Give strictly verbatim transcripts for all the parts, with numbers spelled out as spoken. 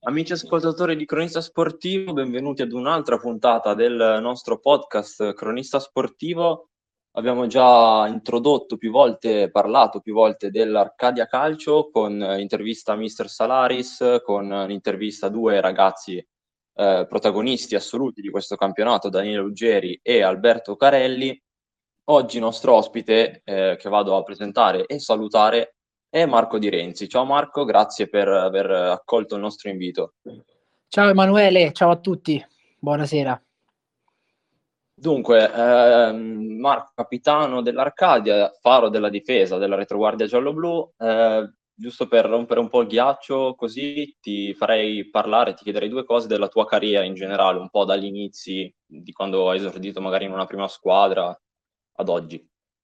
Amici ascoltatori di Cronista Sportivo, benvenuti ad un'altra puntata del nostro podcast Cronista Sportivo. Abbiamo già introdotto più volte, parlato più volte dell'Arcadia Calcio con l'intervista a mister Salaris, con l'intervista a due ragazzi eh, protagonisti assoluti di questo campionato, Daniele Ruggeri e Alberto Carelli. Oggi nostro ospite, eh, che vado a presentare e salutare, è Marco Di Renzi. Ciao Marco, grazie per aver accolto il nostro invito. Ciao Emanuele, ciao a tutti, buonasera. Dunque, ehm, Marco, capitano dell'Arcadia, faro della difesa della retroguardia giallo-blu, eh, giusto per rompere un po' il ghiaccio, così ti farei parlare, ti chiederei due cose della tua carriera in generale, un po' dagli inizi, di quando hai esordito magari in una prima squadra ad oggi.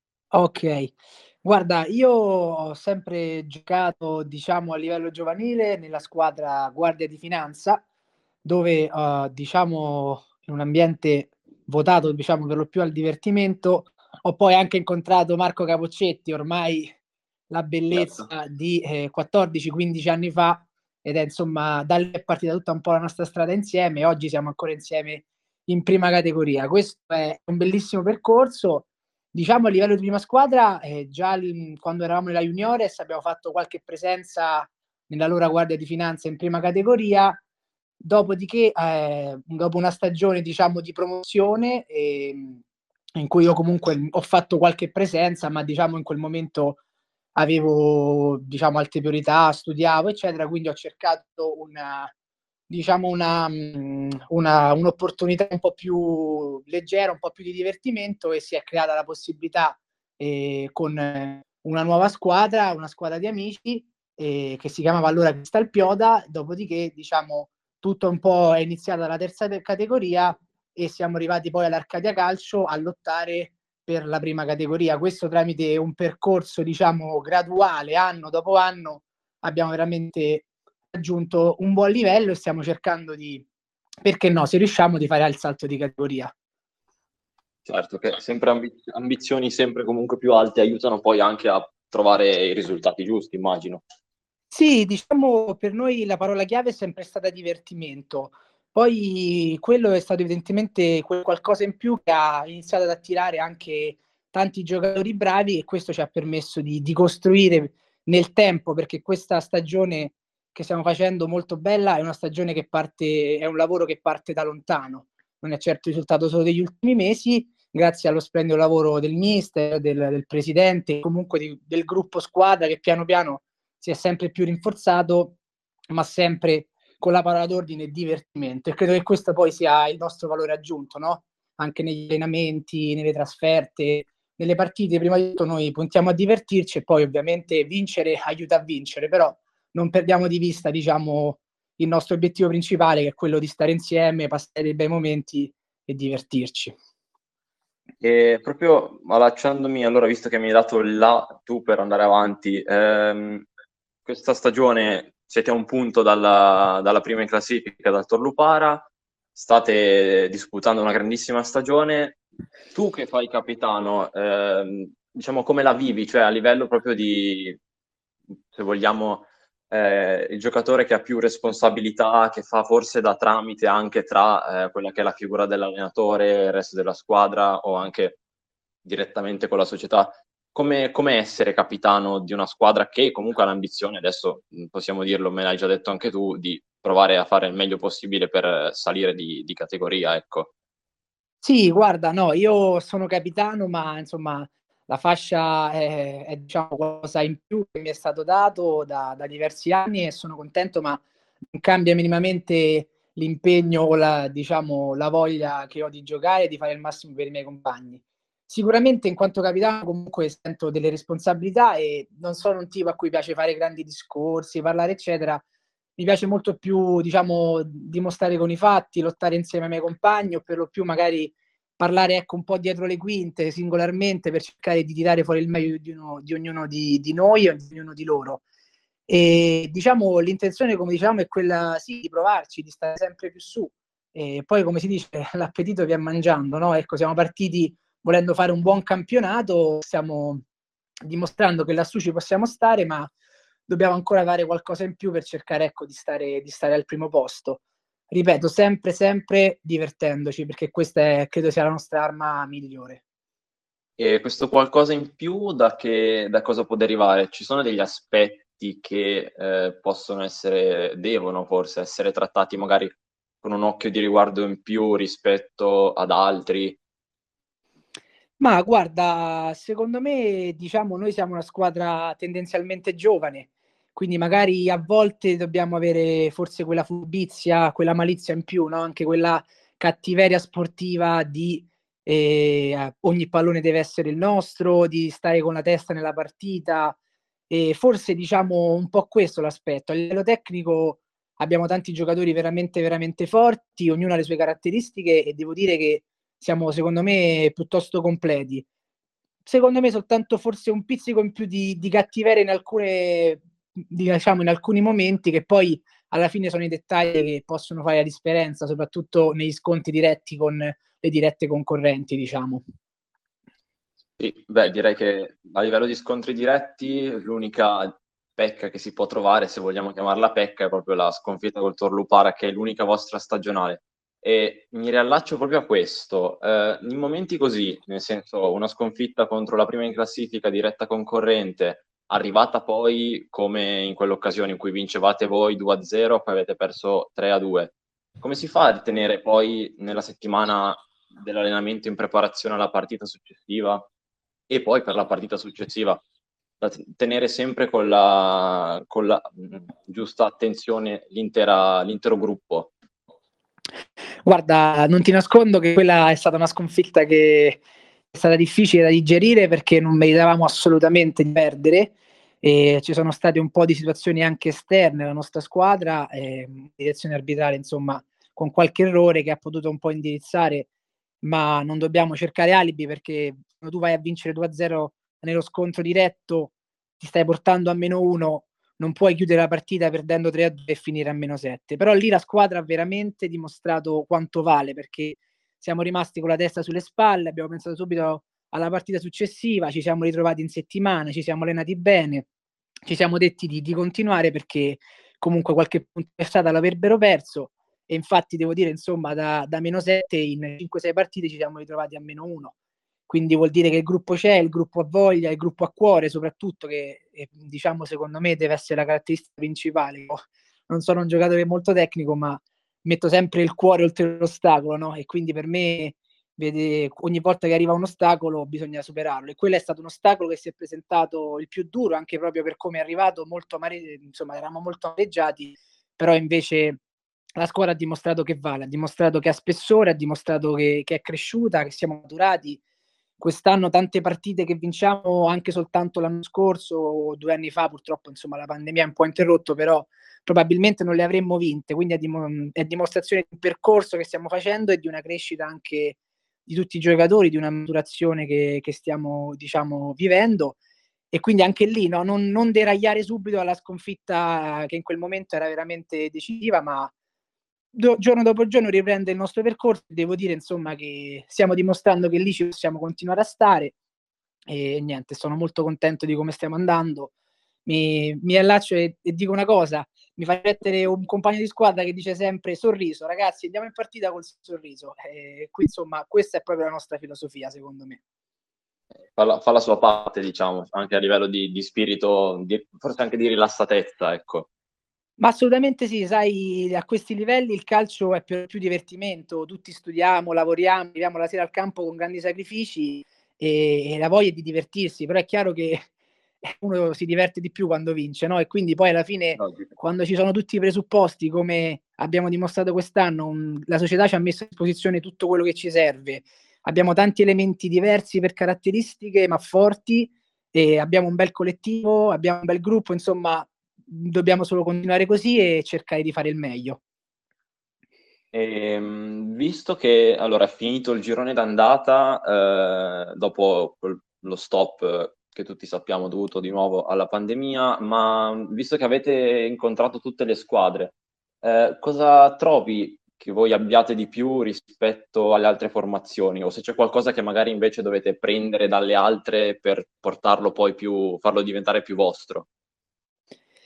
Ok, guarda, io ho sempre giocato, diciamo, a livello giovanile nella squadra Guardia di Finanza, dove, uh, diciamo, in un ambiente votato, diciamo, per lo più al divertimento, ho poi anche incontrato Marco Capoccetti, ormai la bellezza Certo. di eh, quattordici quindici anni fa, ed è insomma, da lì è partita tutta un po' la nostra strada insieme, e oggi siamo ancora insieme in prima categoria. Questo è un bellissimo percorso. Diciamo a livello di prima squadra, eh, già l- quando eravamo nella Juniores abbiamo fatto qualche presenza nella loro Guardia di Finanza in prima categoria, dopodiché eh, dopo una stagione diciamo di promozione eh, in cui io comunque ho fatto qualche presenza, ma diciamo in quel momento avevo diciamo altre priorità, studiavo eccetera, quindi ho cercato una diciamo una, una, un'opportunità un po' più leggera, un po' più di divertimento, e si è creata la possibilità eh, con una nuova squadra, una squadra di amici eh, che si chiamava allora Cristal Pioda. Dopodiché diciamo tutto un po' è iniziata dalla terza categoria e siamo arrivati poi all'Arcadia Calcio a lottare per la prima categoria. Questo tramite un percorso diciamo graduale, anno dopo anno abbiamo veramente raggiunto un buon livello e stiamo cercando di, perché no, se riusciamo, di fare il salto di categoria. Certo che sempre ambi- ambizioni sempre comunque più alte aiutano poi anche a trovare i risultati giusti, immagino. Sì, diciamo per noi la parola chiave è sempre stata divertimento. Poi quello è stato evidentemente quel qualcosa in più che ha iniziato ad attirare anche tanti giocatori bravi, e questo ci ha permesso di, di costruire nel tempo, perché questa stagione che stiamo facendo molto bella è una stagione che parte, è un lavoro che parte da lontano, non è certo il risultato solo degli ultimi mesi, grazie allo splendido lavoro del mister, del, del presidente, comunque di, del gruppo squadra che piano piano si è sempre più rinforzato, ma sempre con la parola d'ordine e divertimento. E credo che questo poi sia il nostro valore aggiunto, no? Anche negli allenamenti, nelle trasferte, nelle partite. Prima di tutto noi puntiamo a divertirci, e poi ovviamente vincere aiuta a vincere, però non perdiamo di vista, diciamo, il nostro obiettivo principale, che è quello di stare insieme, passare dei bei momenti e divertirci. E proprio allacciandomi, allora, visto che mi hai dato il là tu per andare avanti, ehm, questa stagione siete a un punto dalla, dalla prima in classifica, dal Torlupara, state disputando una grandissima stagione. Tu che fai capitano, ehm, diciamo come la vivi, cioè a livello proprio di, se vogliamo, eh, il giocatore che ha più responsabilità, che fa forse da tramite anche tra eh, quella che è la figura dell'allenatore, il resto della squadra o anche direttamente con la società. Come, come essere capitano di una squadra che comunque ha l'ambizione, adesso possiamo dirlo, me l'hai già detto anche tu, di provare a fare il meglio possibile per salire di, di categoria, ecco. Sì, guarda, no, io sono capitano, ma insomma la fascia è, è, diciamo, qualcosa in più che mi è stato dato da, da diversi anni, e sono contento, ma non cambia minimamente l'impegno o la, diciamo, la voglia che ho di giocare e di fare il massimo per i miei compagni. Sicuramente in quanto capitano comunque sento delle responsabilità, e non sono un tipo a cui piace fare grandi discorsi, parlare eccetera. Mi piace molto più, diciamo, dimostrare con i fatti, lottare insieme ai miei compagni, o per lo più magari parlare ecco un po' dietro le quinte singolarmente, per cercare di tirare fuori il meglio di, uno, di ognuno di, di noi e di ognuno di loro. E diciamo l'intenzione, come diciamo, è quella sì di provarci, di stare sempre più su. E poi, come si dice, l'appetito viene mangiando, no? Ecco, siamo partiti volendo fare un buon campionato, stiamo dimostrando che lassù ci possiamo stare, ma dobbiamo ancora dare qualcosa in più per cercare, ecco, di stare, di stare al primo posto. Ripeto, sempre, sempre divertendoci, perché questa è, credo sia la nostra arma migliore. E questo qualcosa in più da, che, da cosa può derivare? Ci sono degli aspetti che eh, possono essere, devono forse essere trattati magari con un occhio di riguardo in più rispetto ad altri? Ma guarda, secondo me, diciamo, noi siamo una squadra tendenzialmente giovane, quindi magari a volte dobbiamo avere forse quella furbizia, quella malizia in più, no? Anche quella cattiveria sportiva di eh, ogni pallone deve essere il nostro, di stare con la testa nella partita. E forse diciamo un po' questo l'aspetto. A livello tecnico abbiamo tanti giocatori veramente, veramente forti, ognuno ha le sue caratteristiche e devo dire che siamo secondo me piuttosto completi. Secondo me soltanto forse un pizzico in più di, di cattiveria in alcune, diciamo, in alcuni momenti, che poi alla fine sono i dettagli che possono fare la differenza, soprattutto negli scontri diretti con le dirette concorrenti, diciamo. Sì, beh, direi che a livello di scontri diretti l'unica pecca che si può trovare, se vogliamo chiamarla pecca, è proprio la sconfitta col Torlupara, che è l'unica vostra stagionale. E mi riallaccio proprio a questo. Eh, in momenti così, nel senso una sconfitta contro la prima in classifica diretta concorrente, arrivata poi come in quell'occasione in cui vincevate voi due a zero, poi avete perso tre a due. Come si fa a ritenere poi nella settimana dell'allenamento in preparazione alla partita successiva e poi per la partita successiva da tenere sempre con la, con la mh, giusta attenzione l'intera, l'intero gruppo? Guarda, non ti nascondo che quella è stata una sconfitta che è stata difficile da digerire perché non meritavamo assolutamente di perdere e ci sono state un po' di situazioni anche esterne alla nostra squadra, eh, direzione arbitrale, insomma, con qualche errore che ha potuto un po' indirizzare, ma non dobbiamo cercare alibi perché quando tu vai a vincere due a zero nello scontro diretto, ti stai portando a meno uno, non puoi chiudere la partita perdendo tre a due e finire a meno sette. Però lì la squadra ha veramente dimostrato quanto vale, perché siamo rimasti con la testa sulle spalle, abbiamo pensato subito alla partita successiva, ci siamo ritrovati in settimana, ci siamo allenati bene, ci siamo detti di, di continuare perché comunque qualche punto è stata l'avrebbero perso e infatti devo dire insomma da, da meno sette in cinque sei partite ci siamo ritrovati a meno uno, quindi vuol dire che il gruppo c'è, il gruppo ha voglia, il gruppo ha cuore soprattutto, che eh, diciamo secondo me deve essere la caratteristica principale. Io non sono un giocatore molto tecnico, ma metto sempre il cuore oltre l'ostacolo, no? E quindi per me vede, ogni volta che arriva un ostacolo bisogna superarlo e quello è stato un ostacolo che si è presentato il più duro anche proprio per come è arrivato, molto amare- insomma eravamo molto amareggiati, però invece la squadra ha dimostrato che vale, ha dimostrato che ha spessore, ha dimostrato che, che è cresciuta, che siamo maturati. Quest'anno tante partite che vinciamo anche soltanto l'anno scorso o due anni fa, purtroppo insomma la pandemia è un po' interrotto, però probabilmente non le avremmo vinte, quindi è, dim- è dimostrazione di un percorso che stiamo facendo e di una crescita anche di tutti i giocatori, di una maturazione che, che stiamo diciamo vivendo e quindi anche lì no, non, non deragliare subito alla sconfitta che in quel momento era veramente decisiva, ma do, giorno dopo giorno riprende il nostro percorso. Devo dire insomma che stiamo dimostrando che lì ci possiamo continuare a stare e niente, sono molto contento di come stiamo andando. Mi, mi allaccio e, e dico una cosa, mi fa riflettere un compagno di squadra che dice sempre sorriso, ragazzi andiamo in partita col sorriso e qui insomma questa è proprio la nostra filosofia secondo me. Fa la, fa la sua parte, diciamo, anche a livello di, di spirito, di- forse anche di rilassatezza, ecco. Ma assolutamente sì, sai, a questi livelli il calcio è per più divertimento, tutti studiamo, lavoriamo, arriviamo la sera al campo con grandi sacrifici e, e la voglia è di divertirsi, però è chiaro che uno si diverte di più quando vince, no? E quindi poi alla fine, Logico. quando ci sono tutti i presupposti, come abbiamo dimostrato quest'anno, un, la società ci ha messo a disposizione tutto quello che ci serve, abbiamo tanti elementi diversi per caratteristiche, ma forti, e abbiamo un bel collettivo, abbiamo un bel gruppo, insomma dobbiamo solo continuare così e cercare di fare il meglio. E, mh, visto che allora è finito il girone d'andata, eh, dopo quel- lo stop eh, che tutti sappiamo dovuto di nuovo alla pandemia, ma visto che avete incontrato tutte le squadre, eh, cosa trovi che voi abbiate di più rispetto alle altre formazioni? O se c'è qualcosa che magari invece dovete prendere dalle altre per portarlo poi più, farlo diventare più vostro?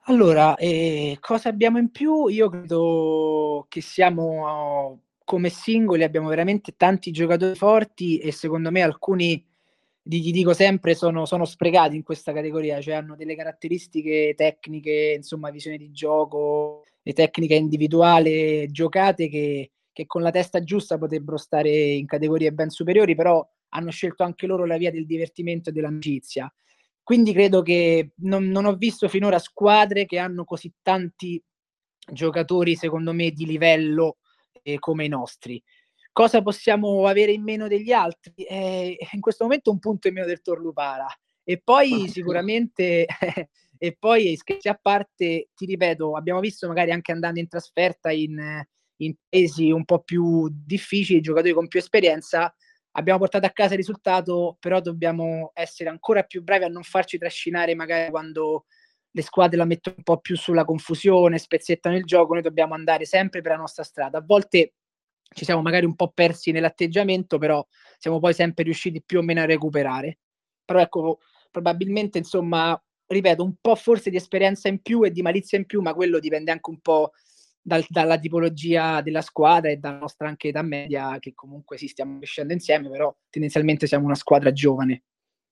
Allora, eh, cosa abbiamo in più? Io credo che siamo, come singoli, abbiamo veramente tanti giocatori forti e secondo me alcuni, di, ti dico sempre, sono, sono sprecati in questa categoria, cioè hanno delle caratteristiche tecniche, insomma, visione di gioco e tecnica individuale giocate che, che con la testa giusta potrebbero stare in categorie ben superiori, però hanno scelto anche loro la via del divertimento e dell'amicizia. Quindi credo che non, non ho visto finora squadre che hanno così tanti giocatori, secondo me, di livello eh, come i nostri. Cosa possiamo avere in meno degli altri? Eh, in questo momento un punto in meno del Torlupara. E poi sicuramente, e poi scherzi a parte, ti ripeto, abbiamo visto magari anche andando in trasferta in, in paesi un po' più difficili, giocatori con più esperienza, abbiamo portato a casa il risultato, però dobbiamo essere ancora più bravi a non farci trascinare magari quando le squadre la mettono un po' più sulla confusione, spezzettano il gioco, noi dobbiamo andare sempre per la nostra strada. A volte ci siamo magari un po' persi nell'atteggiamento, però siamo poi sempre riusciti più o meno a recuperare. Però ecco, probabilmente, insomma, ripeto, un po' forse di esperienza in più e di malizia in più, ma quello dipende anche un po' dal, dalla tipologia della squadra e dalla nostra anche età media, che comunque sì, stiamo crescendo insieme, però tendenzialmente siamo una squadra giovane.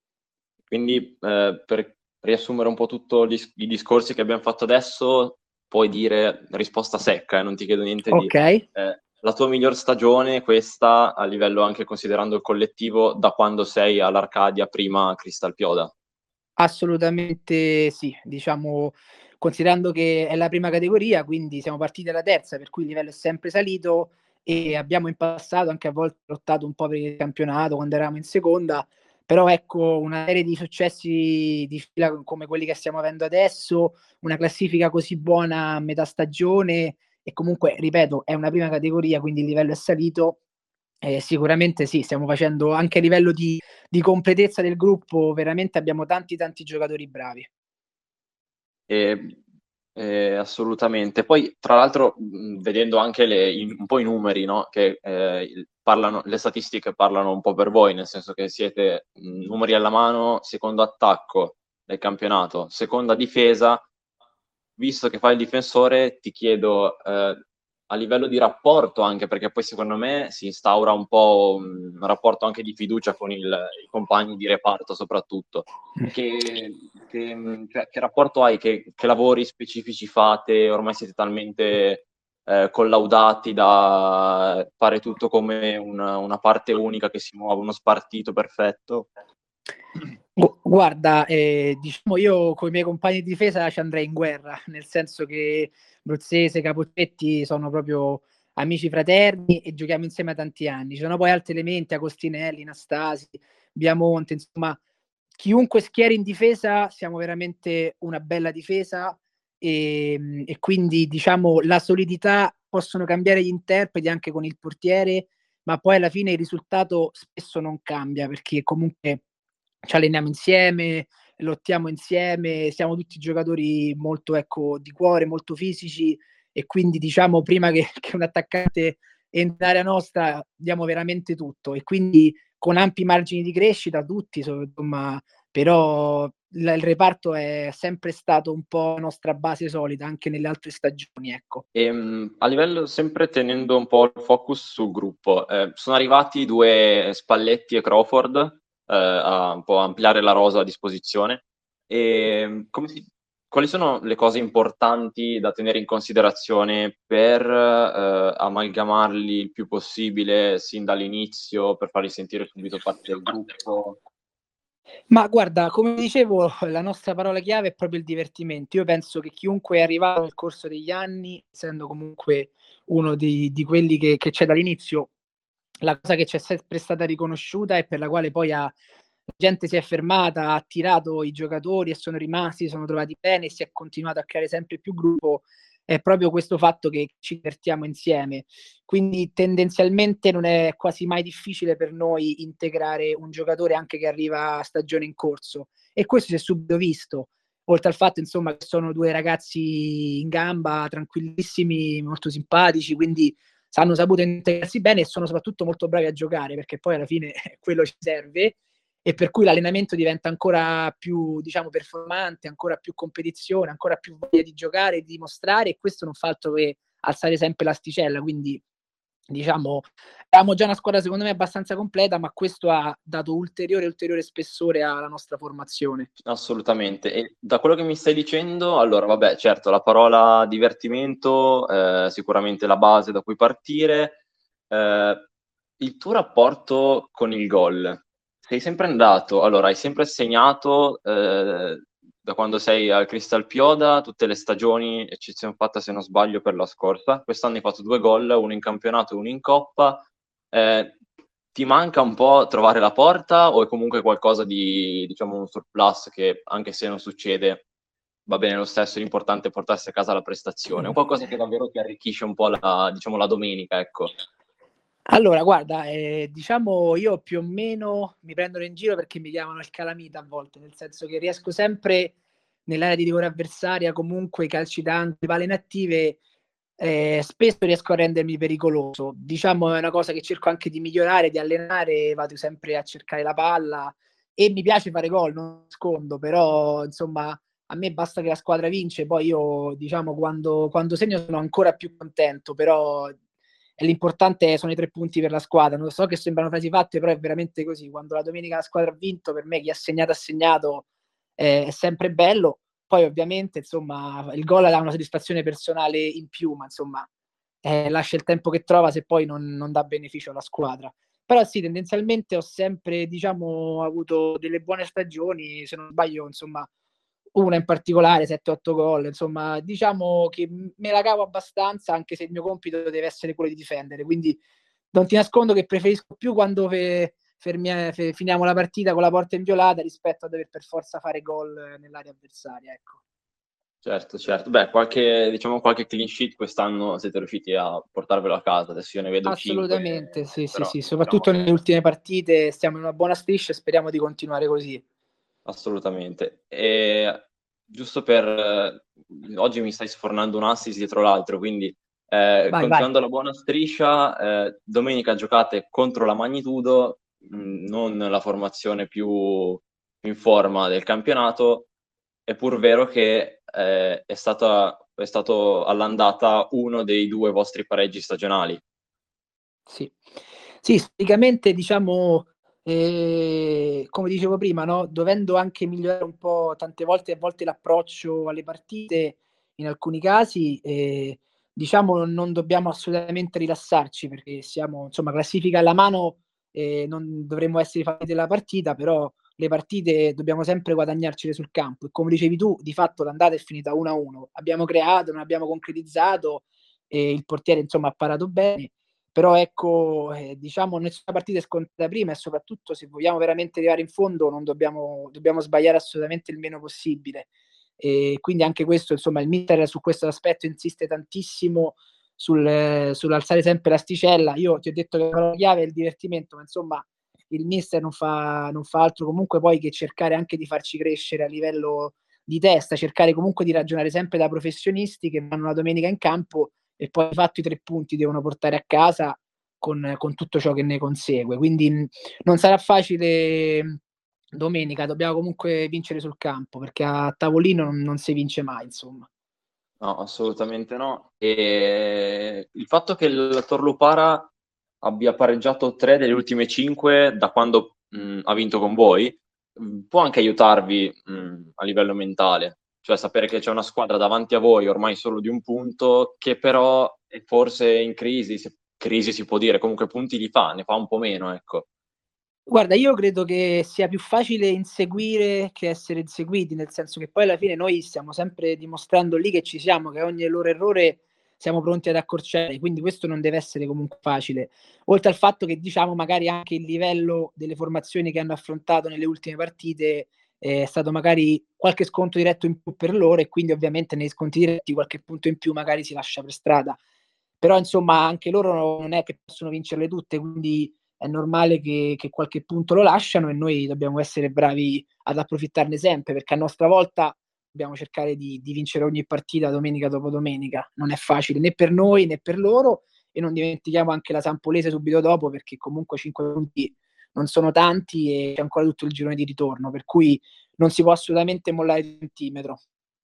Quindi eh, per riassumere un po' tutti i discorsi che abbiamo fatto adesso, puoi dire risposta secca, eh, non ti chiedo niente di... Ok. Eh, la tua miglior stagione, questa, a livello anche considerando il collettivo, da quando sei all'Arcadia, prima Cristal Pioda? Assolutamente sì, diciamo, considerando che è la prima categoria, quindi siamo partiti dalla terza, per cui il livello è sempre salito e abbiamo in passato anche a volte lottato un po' per il campionato quando eravamo in seconda, però ecco una serie di successi di fila come quelli che stiamo avendo adesso, una classifica così buona a metà stagione e comunque, ripeto, è una prima categoria, quindi il livello è salito. Eh, sicuramente sì, stiamo facendo anche a livello di, di completezza del gruppo, veramente abbiamo tanti tanti giocatori bravi. E, eh, assolutamente. Poi, tra l'altro, mh, vedendo anche le- i- un po' i numeri, no? Che eh, parlano, le statistiche parlano un po' per voi, nel senso che siete mh, numeri alla mano, secondo attacco del campionato, seconda difesa. Visto che fai il difensore, ti chiedo eh, a livello di rapporto anche, perché poi secondo me si instaura un po' un rapporto anche di fiducia con il, i compagni di reparto soprattutto. Che, che, cioè, che rapporto hai? Che, che lavori specifici fate? Ormai siete talmente eh, collaudati da fare tutto come una, una parte unica che si muove, uno spartito perfetto? Gu- Guarda, eh, diciamo io con i miei compagni di difesa ci andrei in guerra, nel senso che Bruzzese, Capoccetti sono proprio amici fraterni e giochiamo insieme da tanti anni. Ci sono poi altri elementi, Agostinelli, Nastasi, Biamonte, insomma, chiunque schieri in difesa siamo veramente una bella difesa e, e quindi diciamo la solidità possono cambiare gli interpreti anche con il portiere, ma poi alla fine il risultato spesso non cambia perché comunque ci alleniamo insieme, lottiamo insieme, siamo tutti giocatori molto ecco, di cuore, molto fisici e quindi diciamo prima che, che un attaccante entra in area nostra diamo veramente tutto e quindi con ampi margini di crescita tutti, insomma, però il, il reparto è sempre stato un po' nostra base solida anche nelle altre stagioni, ecco. E, mh, a livello, sempre tenendo un po' il focus sul gruppo, eh, sono arrivati due Spalletti e Crawford eh, a un po' ampliare la rosa a disposizione. E, come si- quali sono le cose importanti da tenere in considerazione per eh, amalgamarli il più possibile sin dall'inizio, per farli sentire subito parte del gruppo? Ma guarda, come dicevo, la nostra parola chiave è proprio il divertimento. Io penso che chiunque è arrivato nel corso degli anni, essendo comunque uno di, di quelli che, che c'è dall'inizio, la cosa che ci è sempre stata riconosciuta e per la quale poi ha, la gente si è fermata, ha attirato i giocatori e sono rimasti, si sono trovati bene e si è continuato a creare sempre più gruppo, è proprio questo fatto che ci divertiamo insieme. Quindi tendenzialmente non è quasi mai difficile per noi integrare un giocatore anche che arriva a stagione in corso. E questo si è subito visto. Oltre al fatto, insomma, che sono due ragazzi in gamba, tranquillissimi, molto simpatici, quindi hanno saputo integrarsi bene e sono soprattutto molto bravi a giocare, perché poi alla fine quello ci serve. e per cui l'allenamento diventa ancora più, diciamo, performante, ancora più competizione, ancora più voglia di giocare, di dimostrare, e questo non fa altro che alzare sempre l'asticella. Quindi diciamo eravamo già una squadra secondo me abbastanza completa, ma questo ha dato ulteriore ulteriore spessore alla nostra formazione. Assolutamente. E da quello che mi stai dicendo, allora vabbè, certo, la parola divertimento, eh, sicuramente la base da cui partire. Eh, il tuo rapporto con il gol, sei sempre andato, allora hai sempre segnato eh, da quando sei al Crystal Pioda, tutte le stagioni, eccezione fatta se non sbaglio per la scorsa. Quest'anno hai fatto due gol, uno in campionato e uno in Coppa. Eh, ti manca un po' trovare la porta o è comunque qualcosa di, diciamo, un surplus che anche se non succede va bene lo stesso, l'importante è portarsi a casa la prestazione? È qualcosa che davvero ti arricchisce un po' la, diciamo, la domenica, ecco. Allora, guarda, eh, diciamo io più o meno mi prendono in giro perché mi chiamano il calamita a volte, nel senso che riesco sempre nell'area di rigore avversaria, comunque i calci tanti, palle inattive, eh, spesso riesco a rendermi pericoloso. Diciamo è una cosa che cerco anche di migliorare, di allenare, vado sempre a cercare la palla e mi piace fare gol, non nascondo, però insomma a me basta che la squadra vince, poi io diciamo quando, quando segno sono ancora più contento, però l'importante sono i tre punti per la squadra. Non so che sembrano frasi fatte, però è veramente così. Quando la domenica la squadra ha vinto, per me chi ha segnato ha segnato, eh, è sempre bello. Poi ovviamente insomma il gol dà una soddisfazione personale in più, ma insomma eh, lascia il tempo che trova se poi non, non dà beneficio alla squadra. Però sì, tendenzialmente ho sempre, diciamo, avuto delle buone stagioni, se non sbaglio, insomma, una in particolare, sette otto gol, insomma, diciamo che me la cavo abbastanza, anche se il mio compito deve essere quello di difendere, quindi non ti nascondo che preferisco più quando fe, fermia, fe, finiamo la partita con la porta inviolata rispetto a dover per forza fare gol nell'area avversaria, ecco. Certo, certo. Beh, qualche, diciamo, qualche clean sheet quest'anno siete riusciti a portarvelo a casa. Adesso io ne vedo Assolutamente, cinque, sì, sì, però sì, diciamo soprattutto nelle che ultime partite stiamo in una buona striscia e speriamo di continuare così. assolutamente. E giusto per eh, oggi mi stai sfornando un assist dietro l'altro, quindi eh, Vai, vai. continuando la buona striscia, eh, domenica giocate contro la Magnitudo, mh, non la formazione più in forma del campionato. È pur vero che eh, è stata, è stato all'andata uno dei due vostri pareggi stagionali. Sì, sì, storicamente diciamo, ehm, come dicevo prima, no, dovendo anche migliorare un po' tante volte a volte l'approccio alle partite, in alcuni casi, ehm, diciamo non dobbiamo assolutamente rilassarci perché siamo insomma classifica alla mano, ehm, non dovremmo essere i favoriti della partita, però le partite dobbiamo sempre guadagnarcele sul campo e come dicevi tu, di fatto l'andata è finita uno a uno. Abbiamo creato, non abbiamo concretizzato e il portiere insomma ha parato bene. Però ecco, eh, diciamo nessuna partita è scontata prima e soprattutto se vogliamo veramente arrivare in fondo non dobbiamo, dobbiamo sbagliare assolutamente il meno possibile. E quindi anche questo, insomma, il mister su questo aspetto insiste tantissimo sul, eh, sull'alzare sempre l'asticella. Io ti ho detto che la parola chiave è il divertimento, ma insomma il mister non fa, non fa altro comunque poi che cercare anche di farci crescere a livello di testa, cercare comunque di ragionare sempre da professionisti che vanno la domenica in campo e poi di fatto i tre punti devono portare a casa con, con tutto ciò che ne consegue. Quindi mh, non sarà facile mh, domenica, dobbiamo comunque vincere sul campo perché a tavolino non, non si vince mai, insomma. No, assolutamente no. E il fatto che il Torlupara abbia pareggiato tre delle ultime cinque da quando mh, ha vinto con voi, mh, può anche aiutarvi mh, a livello mentale. Cioè sapere che c'è una squadra davanti a voi ormai solo di un punto, che però è forse in crisi, se- crisi si può dire, comunque punti li fa, ne fa un po' meno, ecco. Guarda, io credo che sia più facile inseguire che essere inseguiti, nel senso che poi alla fine noi stiamo sempre dimostrando lì che ci siamo, che ogni loro errore siamo pronti ad accorciare, quindi questo non deve essere comunque facile. Oltre al fatto che diciamo magari anche il livello delle formazioni che hanno affrontato nelle ultime partite eh, è stato magari qualche sconto diretto in più per loro e quindi ovviamente nei sconti diretti qualche punto in più magari si lascia per strada. Però insomma anche loro non è che possono vincerle tutte, quindi è normale che, che qualche punto lo lasciano e noi dobbiamo essere bravi ad approfittarne sempre, perché a nostra volta dobbiamo cercare di, di vincere ogni partita domenica dopo domenica. Non è facile né per noi né per loro e non dimentichiamo anche la Sampolese subito dopo, perché comunque cinque punti non sono tanti e c'è ancora tutto il girone di ritorno, per cui non si può assolutamente mollare di un centimetro.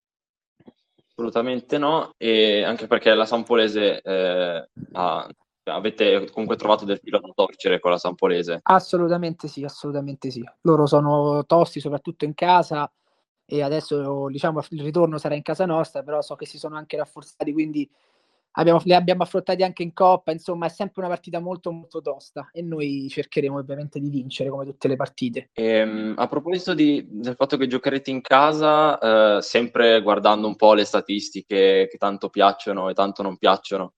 Assolutamente no, e anche perché la Sampolese eh, ha, avete comunque trovato del filo da torcere con la Sampolese. Assolutamente sì, assolutamente sì. Loro sono tosti soprattutto in casa e adesso diciamo il ritorno sarà in casa nostra, però so che si sono anche rafforzati, quindi abbiamo, li abbiamo affrontati anche in Coppa, insomma è sempre una partita molto molto tosta e noi cercheremo ovviamente di vincere come tutte le partite. E, a proposito di, del fatto che giocherete in casa, eh, sempre guardando un po' le statistiche che tanto piacciono e tanto non piacciono,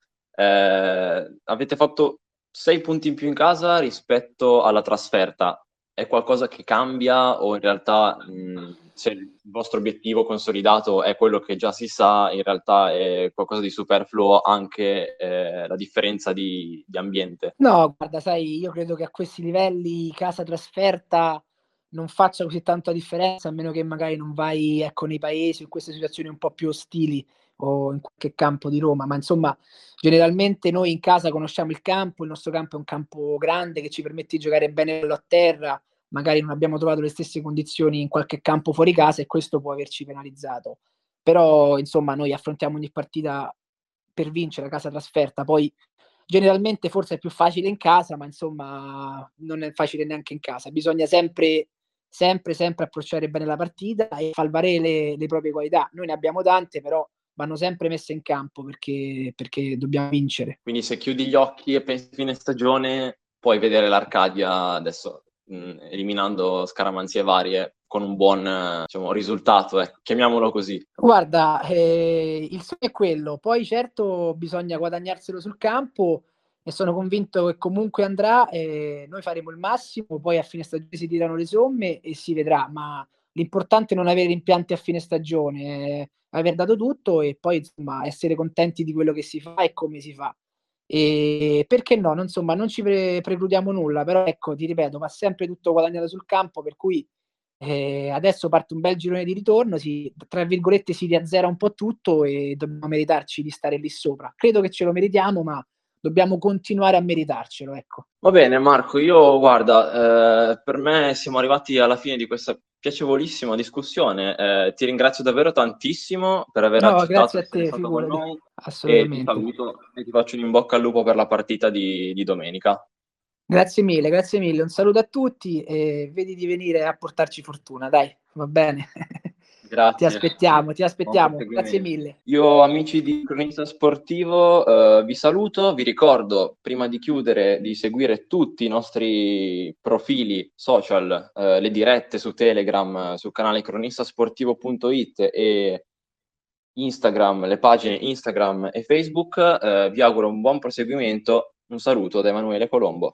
eh, avete fatto sei punti in più in casa rispetto alla trasferta. È qualcosa che cambia o in realtà mh, se il vostro obiettivo consolidato è quello che già si sa, in realtà è qualcosa di superfluo anche eh, la differenza di, di ambiente? No, guarda, sai, io credo che a questi livelli casa trasferta non faccia così tanta differenza, a meno che magari non vai, ecco, nei paesi o in queste situazioni un po' più ostili o in qualche campo di Roma, ma insomma, generalmente noi in casa conosciamo il campo, il nostro campo è un campo grande che ci permette di giocare bene a terra, magari non abbiamo trovato le stesse condizioni in qualche campo fuori casa e questo può averci penalizzato. Però, insomma, noi affrontiamo ogni partita per vincere a casa trasferta, poi generalmente forse è più facile in casa, ma insomma non è facile neanche in casa. Bisogna sempre, sempre, sempre approcciare bene la partita e far valere le, le proprie qualità. Noi ne abbiamo tante, però vanno sempre messe in campo perché, perché dobbiamo vincere. Quindi se chiudi gli occhi e pensi a fine stagione, puoi vedere l'Arcadia adesso, mh, eliminando scaramanzie varie, con un buon eh, diciamo, risultato, ecco, chiamiamolo così. Guarda, eh, il sogno è quello, poi certo bisogna guadagnarselo sul campo e sono convinto che comunque andrà, eh, noi faremo il massimo, poi a fine stagione si tirano le somme e si vedrà, ma l'importante è non avere rimpianti a fine stagione, eh, aver dato tutto e poi insomma essere contenti di quello che si fa e come si fa. E perché no? Non, insomma, non ci pre- precludiamo nulla, però ecco, ti ripeto, va sempre tutto guadagnato sul campo, per cui eh, adesso parte un bel girone di ritorno, si, tra virgolette si riazzera un po' tutto e dobbiamo meritarci di stare lì sopra. Credo che ce lo meritiamo, ma dobbiamo continuare a meritarcelo, ecco. Va bene, Marco, io guarda, eh, per me siamo arrivati alla fine di questa piacevolissima discussione. Eh, ti ringrazio davvero tantissimo per aver No, accettato grazie di a essere te, stato con figurati, noi e ti assolutamente. saluto e ti faccio un in bocca al lupo per la partita di, di domenica. Grazie mille, grazie mille. Un saluto a tutti e vedi di venire a portarci fortuna, dai, va bene. Ti Grazie, aspettiamo, ti buon aspettiamo. Grazie proseguimento. mille. Io, amici di Cronista Sportivo, eh, vi saluto. Vi ricordo, prima di chiudere, di seguire tutti i nostri profili social, eh, le dirette su Telegram, sul canale cronistasportivo.it e Instagram, le pagine Instagram e Facebook. Eh, vi auguro un buon proseguimento. Un saluto da Emanuele Colombo.